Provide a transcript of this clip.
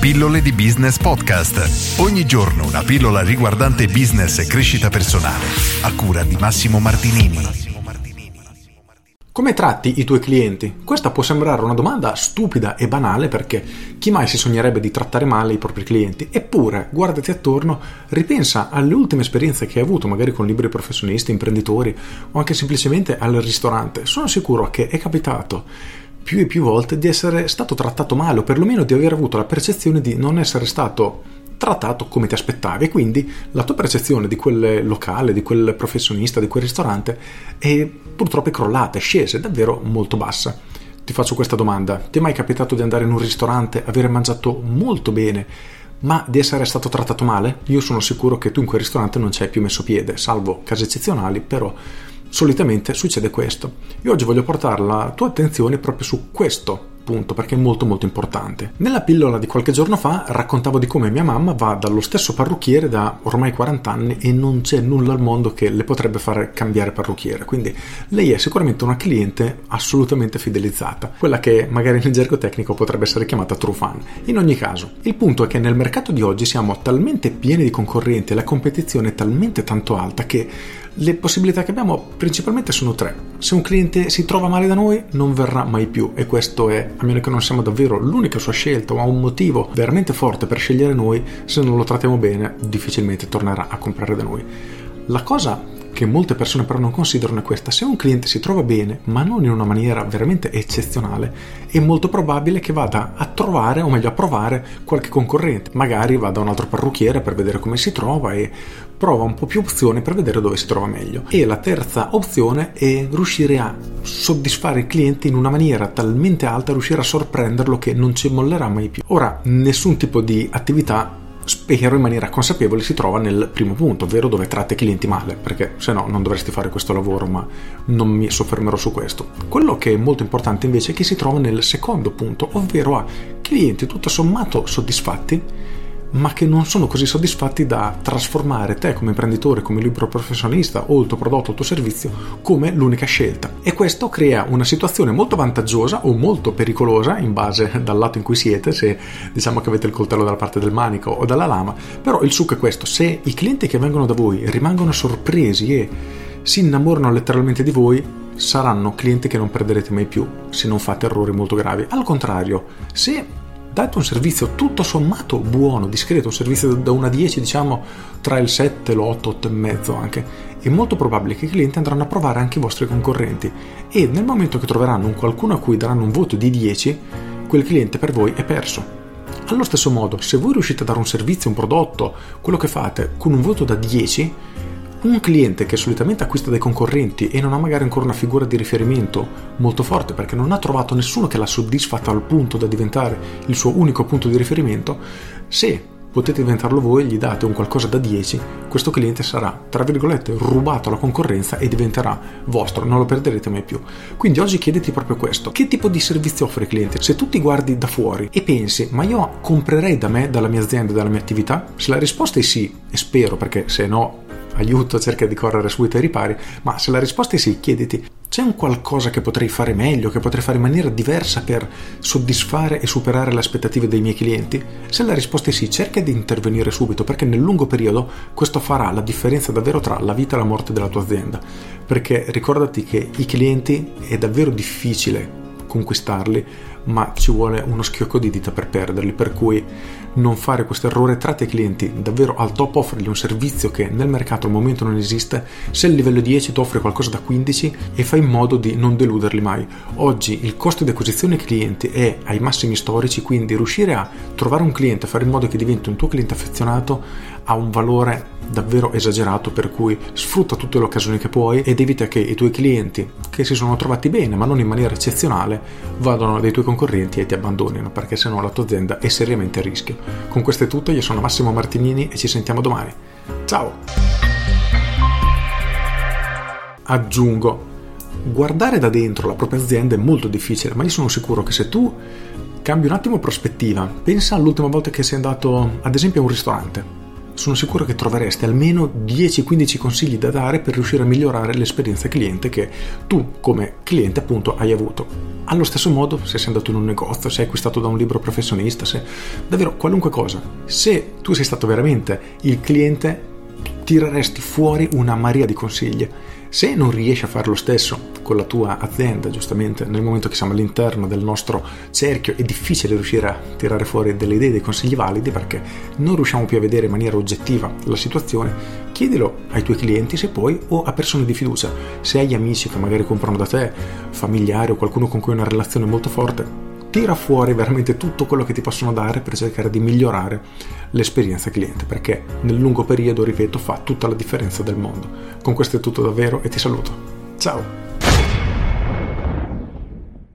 Pillole di Business Podcast. Ogni giorno una pillola riguardante business e crescita personale. A cura di Massimo Martinini. Come tratti i tuoi clienti? Questa può sembrare una domanda stupida e banale perché chi mai si sognerebbe di trattare male i propri clienti? Eppure, guardati attorno, ripensa alle ultime esperienze che hai avuto, magari con liberi professionisti, imprenditori o anche semplicemente al ristorante. Sono sicuro che è capitato più e più volte di essere stato trattato male o perlomeno di aver avuto la percezione di non essere stato trattato come ti aspettavi, e quindi la tua percezione di quel locale, di quel professionista, di quel ristorante è purtroppo crollata, è scesa, è davvero molto bassa. Ti faccio questa domanda: ti è mai capitato di andare in un ristorante, avere mangiato molto bene, ma di essere stato trattato male? Io sono sicuro che tu in quel ristorante non ci hai più messo piede, salvo casi eccezionali, però solitamente succede questo. Io oggi voglio portare la tua attenzione proprio su questo punto perché è molto molto importante. Nella pillola di qualche giorno fa raccontavo di come mia mamma va dallo stesso parrucchiere da ormai 40 anni e non c'è nulla al mondo che le potrebbe fare cambiare parrucchiere, quindi lei è sicuramente una cliente assolutamente fidelizzata, quella che magari nel gergo tecnico potrebbe essere chiamata true fan. In ogni caso, il punto è che nel mercato di oggi siamo talmente pieni di concorrenti e la competizione è talmente tanto alta che le possibilità che abbiamo principalmente sono tre. Se un cliente si trova male da noi non verrà mai più, e questo è, a meno che non siamo davvero l'unica sua scelta o ha un motivo veramente forte per scegliere noi, se non lo trattiamo bene difficilmente tornerà a comprare da noi. La cosa che molte persone però non considerano è questa: se un cliente si trova bene ma non in una maniera veramente eccezionale, è molto probabile che vada a trovare, o meglio a provare, qualche concorrente, magari va da un altro parrucchiere per vedere come si trova e prova un po' più opzioni per vedere dove si trova meglio. E la terza opzione è riuscire a soddisfare il cliente in una maniera talmente alta, riuscire a sorprenderlo che non ci mollerà mai più. Ora, nessun tipo di attività, spero in maniera consapevole, si trova nel primo punto, ovvero dove tratti i clienti male, perché se no non dovresti fare questo lavoro, ma non mi soffermerò su questo. Quello che è molto importante invece è che si trova nel secondo punto, ovvero a clienti tutto sommato soddisfatti, ma che non sono così soddisfatti da trasformare te come imprenditore, come libero professionista o il tuo prodotto o il tuo servizio come l'unica scelta. E questo crea una situazione molto vantaggiosa o molto pericolosa in base dal lato in cui siete, se diciamo che avete il coltello dalla parte del manico o dalla lama. Però il succo è questo: se i clienti che vengono da voi rimangono sorpresi e si innamorano letteralmente di voi, saranno clienti che non perderete mai più se non fate errori molto gravi. Al contrario, se date un servizio tutto sommato buono, discreto, un servizio da 1 a 10, diciamo tra il 7, l'8, 8 e mezzo anche, è molto probabile che i clienti andranno a provare anche i vostri concorrenti, e nel momento che troveranno un qualcuno a cui daranno un voto di 10, quel cliente per voi è perso. Allo stesso modo, se voi riuscite a dare un servizio, un prodotto, quello che fate, con un voto da 10, un cliente che solitamente acquista dai concorrenti e non ha magari ancora una figura di riferimento molto forte perché non ha trovato nessuno che l'ha soddisfatta al punto da diventare il suo unico punto di riferimento, se potete diventarlo voi, gli date un qualcosa da 10, questo cliente sarà, tra virgolette, rubato alla concorrenza e diventerà vostro, non lo perderete mai più. Quindi oggi chiediti proprio questo: che tipo di servizio offre il cliente? Se tu ti guardi da fuori e pensi, ma io comprerei da me, dalla mia azienda, dalla mia attività? Se la risposta è sì, e spero, perché se no aiuto, cerca di correre subito ai ripari, ma se la risposta è sì, chiediti: c'è un qualcosa che potrei fare meglio, che potrei fare in maniera diversa per soddisfare e superare le aspettative dei miei clienti? Se la risposta è sì, cerca di intervenire subito, perché nel lungo periodo questo farà la differenza davvero tra la vita e la morte della tua azienda, perché ricordati che i clienti è davvero difficile conquistarli, ma ci vuole uno schiocco di dita per perderli, per cui non fare questo errore, tratti i clienti davvero al top, offrigli un servizio che nel mercato al momento non esiste. Se il livello 10 ti offre qualcosa da 15, e fai in modo di non deluderli mai. Oggi il costo di acquisizione clienti è ai massimi storici, quindi riuscire a trovare un cliente, fare in modo che diventi un tuo cliente affezionato, ha un valore davvero esagerato, per cui sfrutta tutte le occasioni che puoi ed evita che i tuoi clienti, che si sono trovati bene ma non in maniera eccezionale, vadano dai tuoi concorrenti e ti abbandonino, perché sennò la tua azienda è seriamente a rischio. Con questo è tutto, io sono Massimo Martinini e ci sentiamo domani. Ciao! Aggiungo, guardare da dentro la propria azienda è molto difficile, ma io sono sicuro che se tu cambi un attimo prospettiva, pensa all'ultima volta che sei andato ad esempio a un ristorante sono sicuro che troveresti almeno 10-15 consigli da dare per riuscire a migliorare l'esperienza cliente che tu come cliente appunto hai avuto. Allo stesso modo, se sei andato in un negozio, se hai acquistato da un libro professionista, se davvero qualunque cosa, se tu sei stato veramente il cliente, tireresti fuori una marea di consigli. Se non riesci a fare lo stesso con la tua azienda, giustamente nel momento che siamo all'interno del nostro cerchio è difficile riuscire a tirare fuori delle idee, dei consigli validi, perché non riusciamo più a vedere in maniera oggettiva la situazione. Chiedilo ai tuoi clienti, se puoi, o a persone di fiducia. Se hai amici che magari comprano da te, familiari o qualcuno con cui hai una relazione molto forte, tira fuori veramente tutto quello che ti possono dare per cercare di migliorare l'esperienza cliente, perché nel lungo periodo, ripeto, fa tutta la differenza del mondo. Con questo è tutto davvero e ti saluto. Ciao!